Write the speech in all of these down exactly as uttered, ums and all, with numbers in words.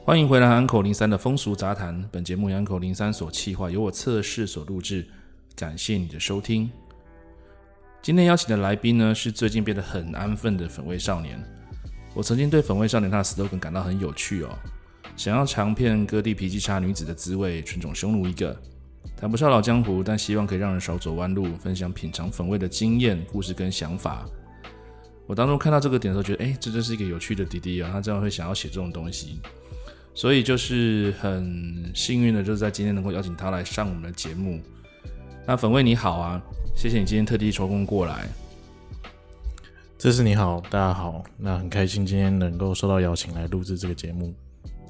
欢迎回来 Uncle 零三的风俗杂谈，本节目由 Uncle 零三所企划，由我测试所录制，感谢你的收听。今天邀请的来宾呢，是最近变得很安分的粉味少年。我曾经对粉味少年他的 slogan 感到很有趣哦，想要尝遍各地脾气差女子的滋味，纯种匈奴一个。谈不上老江湖，但希望可以让人少走弯路，分享品尝粉味的经验、故事跟想法。我当初看到这个点的时候，觉得哎，这真是一个有趣的弟弟啊，他这样会想要写这种东西。所以就是很幸运的，就是在今天能够邀请他来上我们的节目。那粉味你好啊，谢谢你今天特地抽空过来。 这是你好，大家好。那很开心今天能够受到邀请来录制这个节目。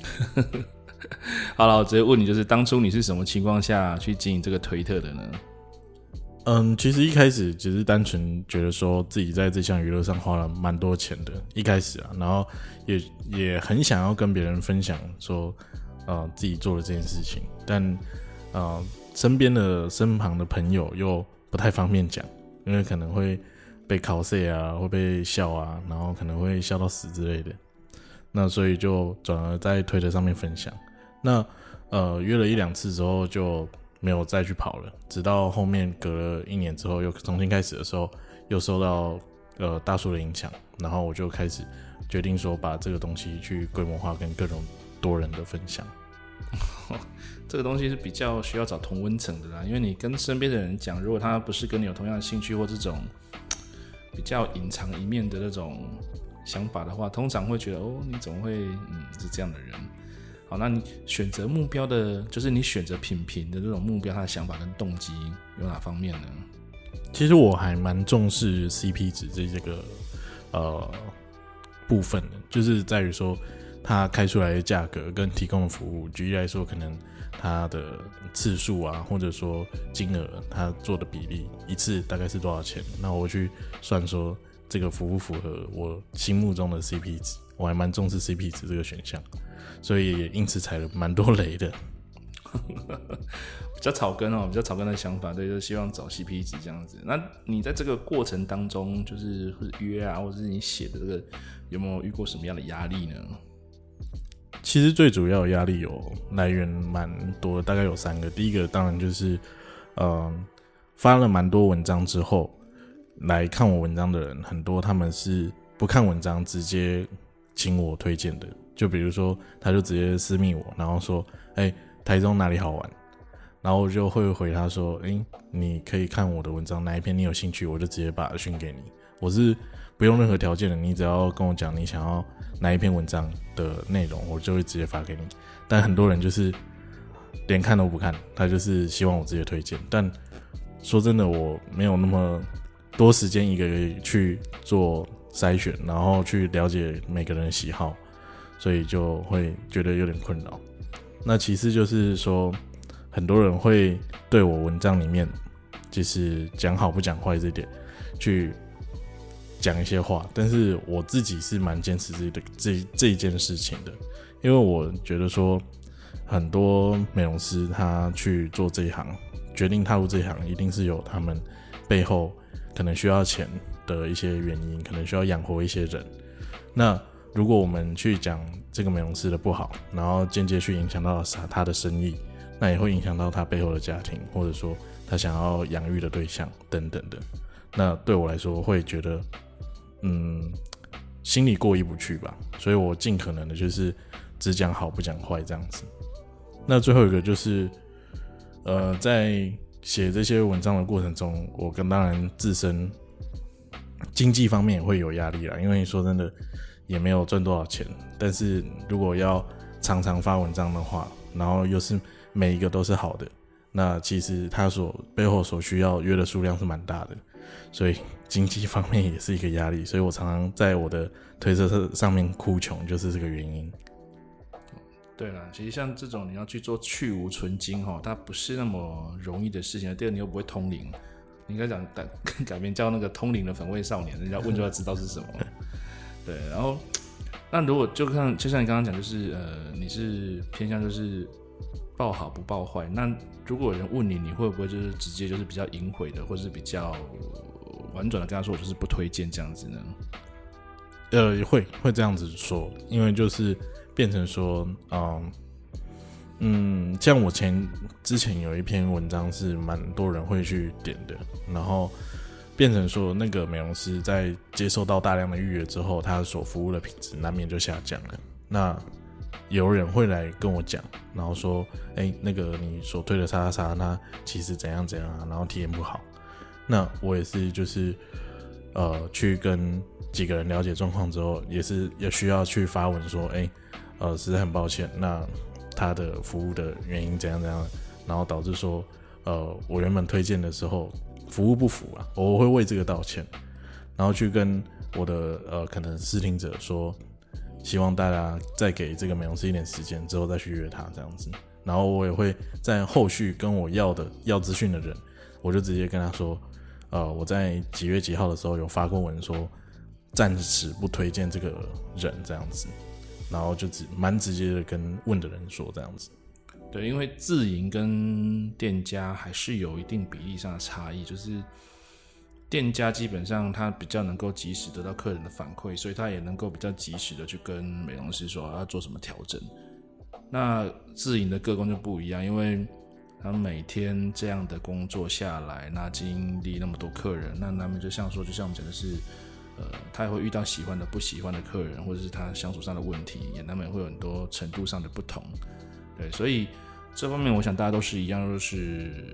好了，我直接问你，就是当初你是什么情况下去经营这个推特的呢？ 嗯，其实一开始只是单纯觉得说自己在这项娱乐上花了蛮多钱的，一开始啊，然后也也很想要跟别人分享说，呃，自己做了这件事情，但呃，身边的身旁的朋友又不太方便讲，因为可能会被考试啊，会被笑啊，然后可能会笑到死之类的，那所以就转而在推特上面分享。那呃约了一两次之后就没有再去跑了，直到后面隔了一年之后又重新开始的时候，又受到呃大叔的影响，然后我就开始决定说把这个东西去规模化，跟各种多人的分享。 这个东西是比较需要找同温层的啦，因为你跟身边的人讲，如果他不是跟你有同样的兴趣或这种比较隐藏一面的那种想法的话，通常会觉得哦，你怎么会嗯是这样的人？好，那你选择目标的，就是你选择品评的这种目标，他的想法跟动机有哪方面呢？ 其实我还蛮重视 C P 值这这个呃部分的，就是在于说他开出来的价格跟提供的服务，举例来说，可能他的次数啊，或者说金额，他做的比例，一次大概是多少钱？那我去算说这个符不符合我心目中的 C P 值，我还蛮重视 C P 值这个选项。所以也因此踩了蛮多雷的。 比较草根哦，比较草根的想法，对，就是希望找 C P 值这样子。那你在这个过程当中，就是约啊，或者是你写的这个，有没有遇过什么样的压力呢？ 其实最主要的压力有来源蛮多的，大概有三个。第一个当然就是，呃，发了蛮多文章之后，来看我文章的人很多，他们是不看文章直接请我推荐的。就比如说他就直接私密我，然后说哎、欸，台中哪里好玩，然后我就会回他说哎、欸，你可以看我的文章，哪一篇你有兴趣我就直接把讯给你，我是不用任何条件的，你只要跟我讲你想要哪一篇文章的内容，我就会直接发给你。但很多人就是连看都不看，他就是希望我直接推荐，但说真的我没有那么多时间一个月去做筛选，然后去了解每个人的喜好，所以就会觉得有点困扰。那其次就是说，很多人会对我文章里面就是讲好不讲坏这点去讲一些话，但是我自己是蛮坚持这这这一件事情的，因为我觉得说很多美容师他去做这一行，决定踏入这一行，一定是有他们背后可能需要钱的一些原因，可能需要养活一些人。那如果我们去讲这个美容师的不好，然后间接去影响到他的生意，那也会影响到他背后的家庭，或者说他想要养育的对象等等的。那对我来说会觉得嗯心里过意不去吧，所以我尽可能的就是只讲好不讲坏这样子。那最后一个就是呃在写这些文章的过程中，我跟当然自身经济方面也会有压力啦，因为说真的也没有赚多少钱，但是如果要常常发文章的话，然后又是每一个都是好的，那其实他所背后所需要约的数量是蛮大的，所以经济方面也是一个压力，所以我常常在我的推特上面哭穷，就是这个原因。 对啦，其实像这种你要去做去无存精齁，它不是那么容易的事情。第二，你又不会通灵，你应该讲改改名叫那个通灵的粉味少年，人家问就要知道是什么。对，然后那如果就像就像你刚刚讲，就是呃，你是偏向就是报好不报坏。那如果有人问你，你会不会就是直接就是比较隐晦的，或是比较婉转的跟他说，我就是不推荐这样子呢？ 呃，会会这样子说，因为就是变成说，嗯嗯，像我前之前有一篇文章是蛮多人会去点的，然后变成说那个美容师在接受到大量的预约之后，他所服务的品质难免就下降了。那有人会来跟我讲，然后说，哎、欸，那个你所推的叉叉叉，那其实怎样怎样啊，然后体验不好。那我也是就是呃去跟几个人了解状况之后，也是也需要去发文说，哎、欸，呃，实在很抱歉，那他的服务的原因怎样怎样，然后导致说，呃，我原本推荐的时候服务不符啊，我会为这个道歉，然后去跟我的呃可能试听者说。希望大家再给这个美容师一点时间，之后再去约他这样子。然后我也会在后续跟我要的要资讯的人，我就直接跟他说，呃，我在几月几号的时候有发过文说，暂时不推荐这个人这样子。然后就只蛮直接的跟问的人说这样子。 对，因为自营跟店家还是有一定比例上的差异，就是。店家基本上他比较能够及时得到客人的反馈，所以他也能够比较及时的去跟美容师说要做什么调整。那自营的个工就不一样，因为他每天这样的工作下来，那经历那么多客人，那他们就像说，就像我们讲的是，呃，他也会遇到喜欢的、不喜欢的客人，或者是他相处上的问题，也难免会有很多程度上的不同。对，所以这方面我想大家都是一样，就是。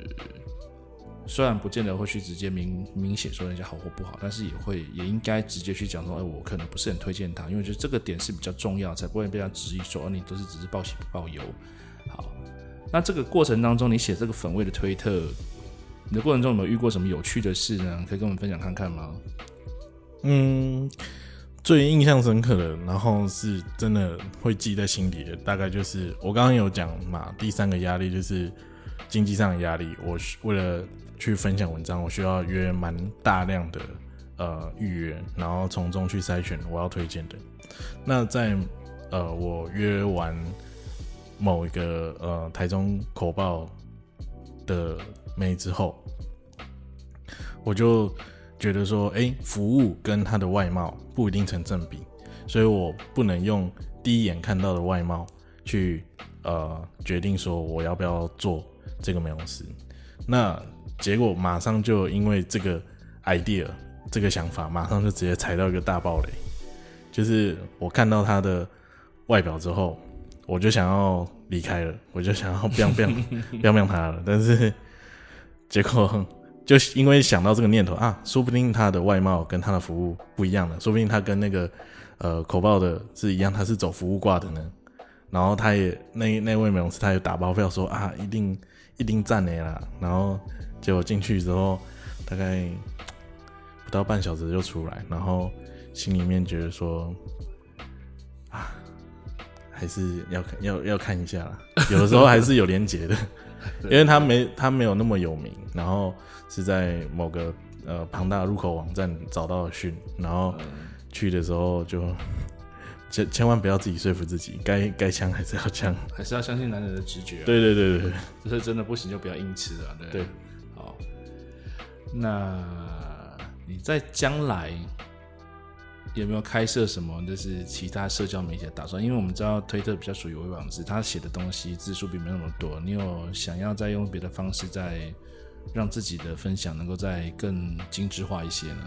虽然不见得会去直接明明显说人家好或不好，但是也会也应该直接去讲说，哎，我可能不是很推荐他，因为我觉得这个点是比较重要，才不会被他质疑说，哦，你都是只是报喜不报忧。好，那这个过程当中，你写这个粉味的推特，你的过程中有没有遇过什么有趣的事呢？可以跟我们分享看看吗？ 嗯，最印象深刻的，然后是真的会记在心里的，大概就是我刚刚有讲嘛，第三个压力就是经济上的压力，我为了去分享文章，我需要约蛮大量的呃预约，然后从中去筛选我要推荐的。那在呃我约完某一个呃台中口报的妹之后，我就觉得说，哎，服务跟他的外貌不一定成正比，所以我不能用第一眼看到的外貌去呃决定说我要不要做这个美容师。那结果马上就因为这个 idea 这个想法，马上就直接踩到一个大爆雷。就是我看到他的外表之后，我就想要离开了，我就想要 biang biang biang biang 他了。但是结果就因为想到这个念头啊，说不定他的外貌跟他的服务不一样的，说不定他跟那个呃口爆的是一样，他是走服务挂的呢。然后他也那那位美容师他也打包票说啊，一定一定赞的啦。然后结果进去之后，大概不到半小时就出来，然后心里面觉得说啊，还是要要要看一下啦。有的时候还是有连结的，因为他没他没有那么有名，然后是在某个呃庞大入口网站找到的讯，然后去的时候就千千万不要自己说服自己，该该呛还是要呛， 还是要相信男人的直觉、啊。 对对对对， 就是真的不行就不要硬吃啊。对。 对， 好，那你在将来有没有开设什么就是其他社交媒体的打算？因为我们知道推特比较属于微网志，他写的东西字数并没有那么多，你有想要再用别的方式再让自己的分享能够再更精致化一些呢？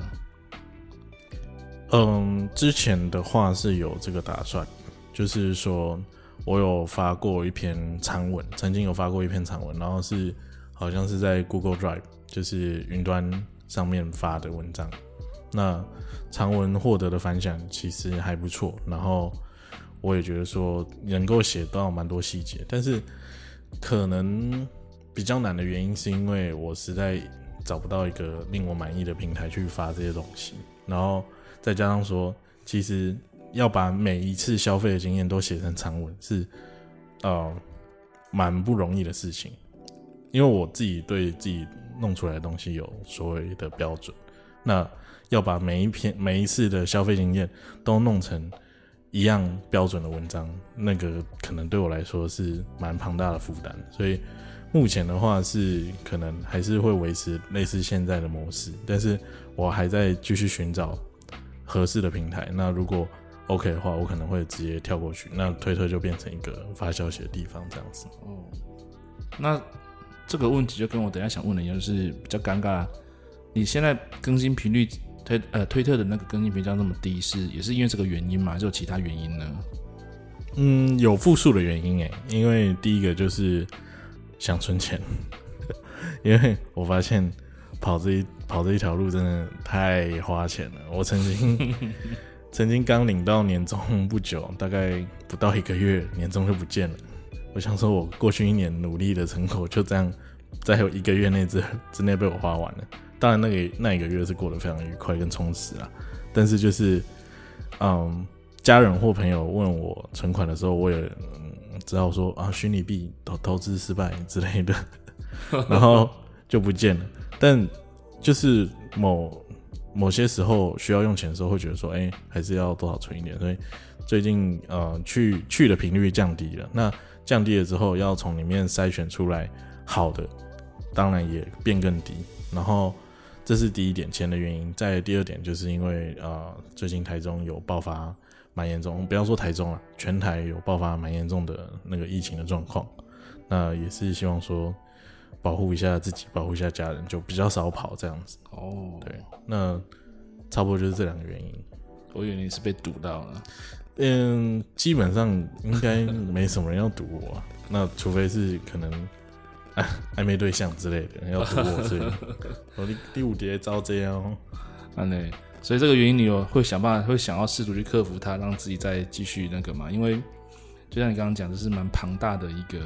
嗯，之前的话是有这个打算，就是说我有发过一篇长文，曾经有发过一篇长文，然后是好像是在 Google Drive， 就是云端上面发的文章。那长文获得的反响其实还不错，然后我也觉得说能够写到蛮多细节，但是可能比较难的原因是因为我实在找不到一个令我满意的平台去发这些东西，然后再加上说其实要把每一次消费的经验都写成长文是呃蛮不容易的事情，因为我自己对自己弄出来的东西有所谓的标准，那要把每一篇每一次的消费经验都弄成一样标准的文章，那个可能对我来说是蛮庞大的负担，所以目前的话是可能还是会维持类似现在的模式，但是我还在继续寻找合适的平台。那如果 OK 的话，我可能会直接跳过去，那推特就变成一个发消息的地方这样子。 哦，那这个问题就跟我等一下想问的一样，就是比较尴尬。你现在更新频率推呃推特的那个更新频率那么低，是也是因为这个原因吗？还是有其他原因呢？ 嗯，有复数的原因诶，因为第一个就是想存钱，因为我发现跑这一跑这一条路真的太花钱了。我曾经曾经刚领到年终不久，大概不到一个月，年终就不见了。我想说，我过去一年努力的成果就这样，在一个月内之之内被我花完了。当然，那个那一个月是过得非常愉快跟充实啦。但是就是，嗯，家人或朋友问我存款的时候，我也、嗯、知道说啊，虚拟币投投资失败之类的，然后就不见了。但就是某某些时候需要用钱的时候，会觉得说，哎、欸，还是要多少存一点。所以最近呃去去的频率降低了。那降低了之后，要从里面筛选出来好的，当然也变更低。然后这是第一点，钱的原因。再第二点，就是因为呃最近台中有爆发蛮严重，不要说台中了，全台有爆发蛮严重的那个疫情的状况。那也是希望说保护一下自己，保护一下家人，就比较少跑这样子。 哦， 对，那差不多就是这两个原因。 我以为你是被堵到了。 嗯，基本上应该没什么人要堵我、啊，那除非是可能啊暧昧对象之类的要堵我，所以我第五节招这样、哦。 啊对，所以这个原因你有会想办法，会想要试图去克服它，让自己再继续那个嘛？因为就像你刚刚讲，这是蛮庞大的一个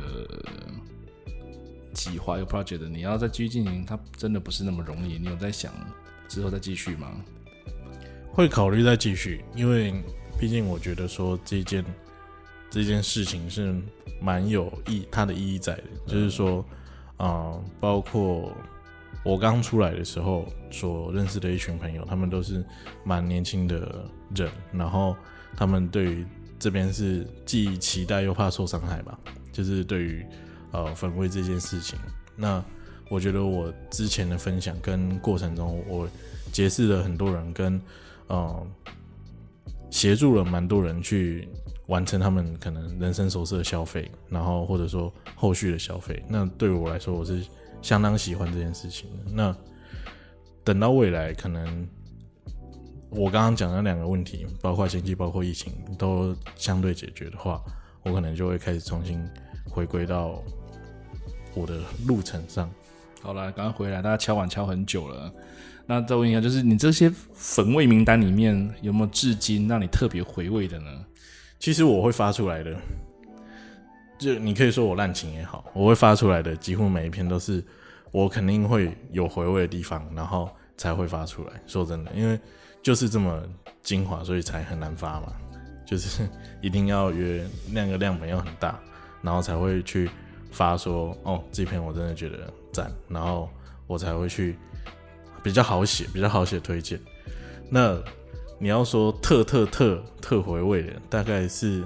计划，一个 project， 你要再继续进行，它真的不是那么容易。你有在想之后再继续吗？ 会考虑再继续，因为毕竟我觉得说这件这件事情是蛮有意它的意义在的，就是说，呃，包括我刚出来的时候所认识的一群朋友，他们都是蛮年轻的人，然后他们对于这边是既期待又怕受伤害吧，就是对于呃粉味这件事情。那我觉得我之前的分享跟过程中，我结识了很多人跟呃协助了蛮多人去完成他们可能人生首次的消费，然后或者说后续的消费。那对我来说，我是相当喜欢这件事情的。那等到未来，可能我刚刚讲的两个问题，包括经济、包括疫情，都相对解决的话，我可能就会开始重新回归到我的路程上。 好了，刚刚回来，大家敲碗敲很久了。那再问一下，就是你这些粉味名单里面有没有至今让你特别回味的呢？ 其实我会发出来的，就你可以说我滥情也好，我会发出来的几乎每一篇都是我肯定会有回味的地方，然后才会发出来。说真的，因为就是这么精华，所以才很难发嘛。就是一定要约那个量本要很大，然后才会去发说哦，这篇我真的觉得赞，然后我才会去比较好写，比较好写推荐。那你要说特特特特回味的，大概是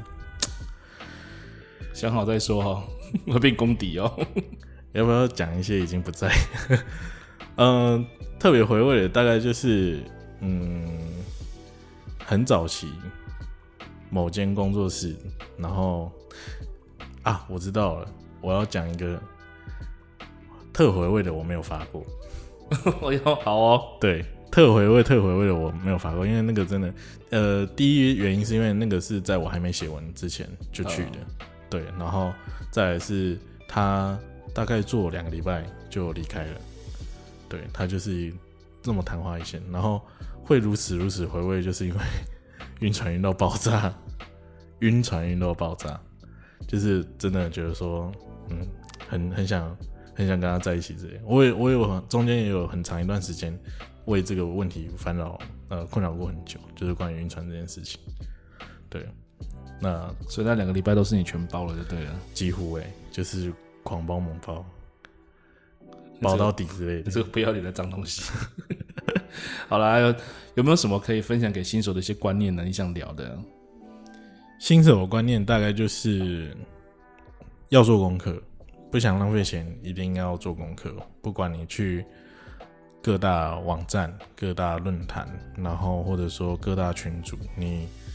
想好再说哦，会变公敌哦。 要不要讲一些已经不在？嗯、呃，特别回味的大概就是嗯，很早期某間工作室，然后啊，我知道了，我要讲一个特回味的，我没有发过。 我要好哦， 对，特回味特回味的我没有发过，因为那个真的，呃，第一原因是因为那个是在我还没写文之前就去的，哦、对，然后再来是他大概做两个礼拜就离开了，对，他就是这么昙花一现，然后会如此如此回味，就是因为晕船晕到爆炸，晕船晕到爆炸，就是真的觉得说，嗯，很很想。很想跟他在一起之类的，我也我有中间也有很长一段时间为这个问题烦恼呃困扰过很久，就是关于晕船这件事情。对，那所以那两个礼拜都是你全包了就对了， 几乎哎、欸，就是狂包猛包，包到底之类的。 这个不要脸的脏东西。好啦，有有没有什么可以分享给新手的一些观念呢？你想聊的？ 新手的观念大概就是要做功课。不想浪费钱，一定要做功课。不管你去各大网站、各大论坛，然后或者说各大群组，你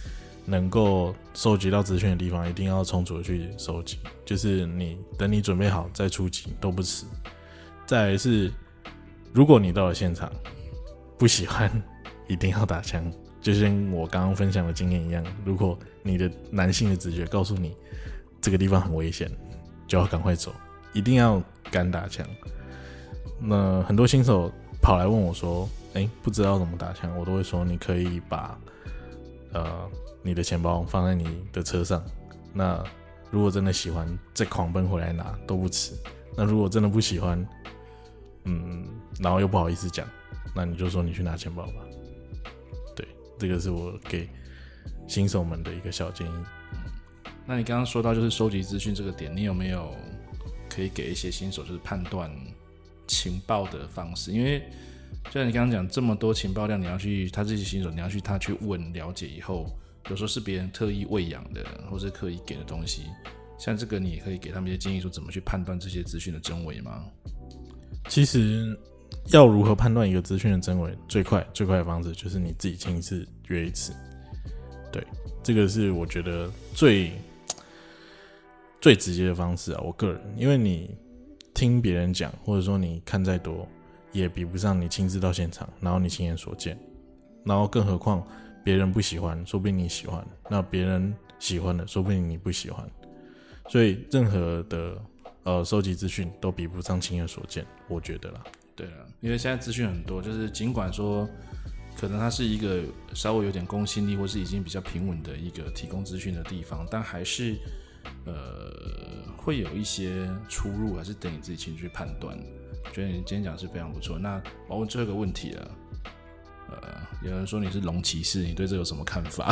能够收集到资讯的地方，一定要充足的去收集，就是你等你准备好再出击都不迟。再来是，如果你到了现场不喜欢，一定要打枪，就像我刚刚分享的经验一样，如果你的男性的直觉告诉你这个地方很危险，就要赶快走，一定要敢打枪。那很多新手跑来问我说，哎、欸，不知道怎么打枪，我都会说你可以把呃你的钱包放在你的车上，那如果真的喜欢再狂奔回来拿都不迟。那如果真的不喜欢，嗯，然后又不好意思讲，那你就说你去拿钱包吧。对，这个是我给新手们的一个小建议。 那你刚刚说到就是收集资讯这个点，你有没有可以给一些新手就是判断情报的方式？因为就像你刚刚讲这么多情报量，你要去他这些新手，你要去他去问了解以后，有时候是别人特意喂养的，或是刻意给的东西。像这个，你也可以给他们一些建议，说怎么去判断这些资讯的真伪吗？ 其实要如何判断一个资讯的真伪，最快最快的方式就是你自己亲自约一次。对，这个是我觉得最最直接的方式啊，我个人，因为你听别人讲，或者说你看再多，也比不上你亲自到现场，然后你亲眼所见，然后更何况别人不喜欢，说不定你喜欢，那别人喜欢的，说不定你不喜欢，所以任何的呃收集资讯都比不上亲眼所见，我觉得啦。 对了，因为现在资讯很多，就是尽管说可能它是一个稍微有点公信力，或是已经比较平稳的一个提供资讯的地方，但还是呃会有一些出入，还是等你自己亲自去判断。我觉得你今天讲的是非常不错。那我要问最后一个问题了，呃，有人说你是龙骑士，你对这有什么看法？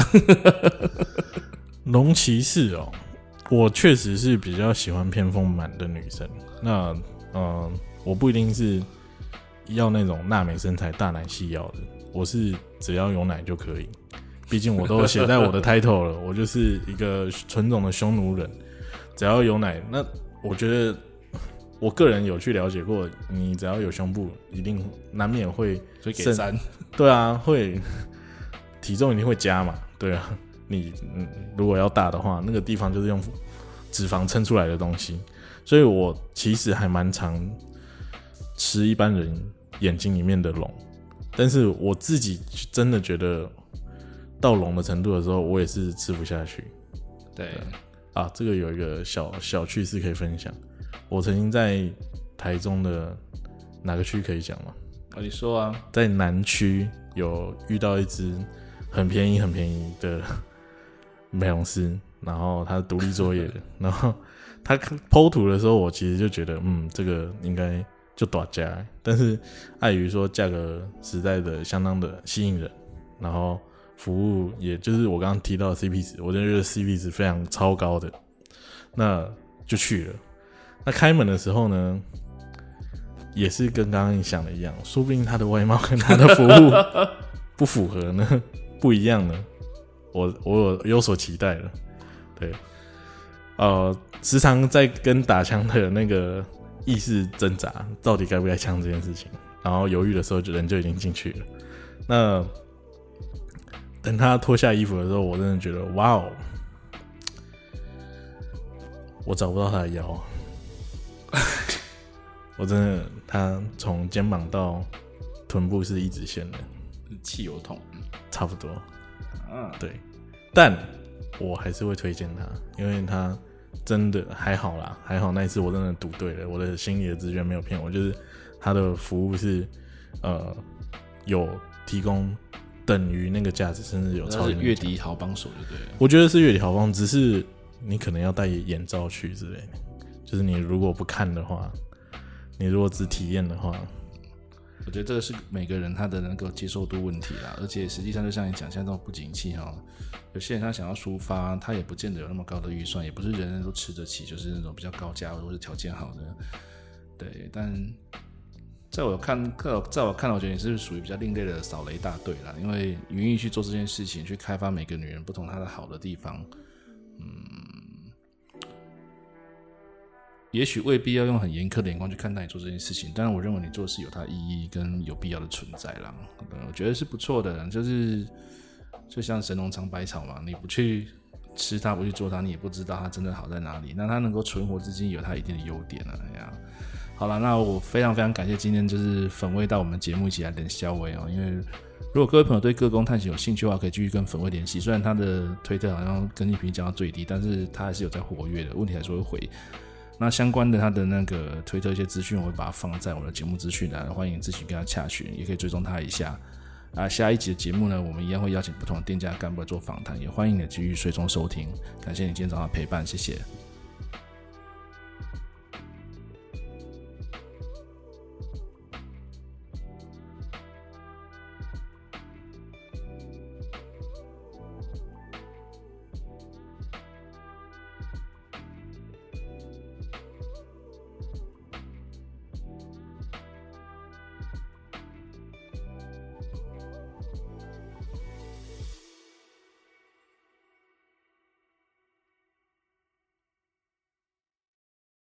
龙骑士哦，我确实是比较喜欢偏丰满的女生。那呃，我不一定是要那种娜美身材、大奶细腰的，我是只要有奶就可以。毕竟我都写在我的 title 了，我就是一个纯种的匈奴人，只要有奶，那我觉得我个人有去了解过，你只要有胸部，一定难免会所以给三， 对啊，会体重一定会加嘛，对啊，你、嗯、如果要大的话，那个地方就是用脂肪撑出来的东西，所以我其实还蛮常吃一般人眼睛里面的龙，但是我自己真的觉得到龙的程度的时候，我也是吃不下去。 对啊，这个有一个小小趣事可以分享。我曾经在台中的哪个区可以讲吗？ 哦，你说啊， 在南区有遇到一只很便宜很便宜的美容师，然后他独立作业的，然后他 po 图的时候，我其实就觉得，嗯，这个应该就大价，但是碍于说价格实在的相当的吸引人，然后服务也就是我刚刚提到的 C P 值，我就觉得 C P 值非常超高的，那就去了。那开门的时候呢，也是跟刚刚你想的一样，说不定他的外貌跟他的服务不符合呢，不一样呢。我我有有所期待了，对，呃，时常在跟打枪的那个意识挣扎，到底该不该枪这件事情，然后犹豫的时候，人就已经进去了。那等他脱下衣服的时候，我真的觉得，哇哦，我找不到他的腰。我真的，他从肩膀到臀部是一直线的， 汽油桶， 差不多。 啊， 对，但我还是会推荐他，因为他真的还好啦，还好那一次我真的赌对了，我的心里的直觉没有骗我，就是他的服务是呃有提供等于那个价值，甚至有超越月底好帮手就对了。 我觉得是月底好帮，只是你可能要戴眼罩去之类的，就是你如果不看的话。你如果只体验的话， 我觉得这个是每个人他的那个接受度问题啦，而且实际上就像你讲，现在这种不景气哈，有些人他想要抒发，他也不见得有那么高的预算，也不是人人都吃得起，就是那种比较高价或者条件好的，对。但在我看，在我看，我觉得你是属于比较另类的扫雷大队啦，因为你愿意去做这件事情，去开发每个女人不同她的好的地方，嗯。也许未必要用很严苛的眼光去看待你做这件事情，但是我认为你做的事有它的意义跟有必要的存在啦。我觉得是不错的，就是就像神农尝百草嘛，你不去吃它，不去做它，你也不知道它真的好在哪里。那它能够存活至今，有它一定的优点啊。哎呀，好了，那我非常非常感谢今天就是粉味到我们节目一起来连肖威哦，因为如果各位朋友对个工探险有兴趣的话，可以继续跟粉味联系。虽然他的推特好像更新频率降到最低，但是他还是有在活跃的，问题还是会回。那相关的他的那个推特一些资讯，我会把它放在我的节目资讯栏，欢迎自己跟他洽询，也可以追踪他一下。啊，下一集的节目呢，我们一样会邀请不同的店家干部做访谈，也欢迎你继续追踪收听。感谢你今天早上的陪伴，谢谢。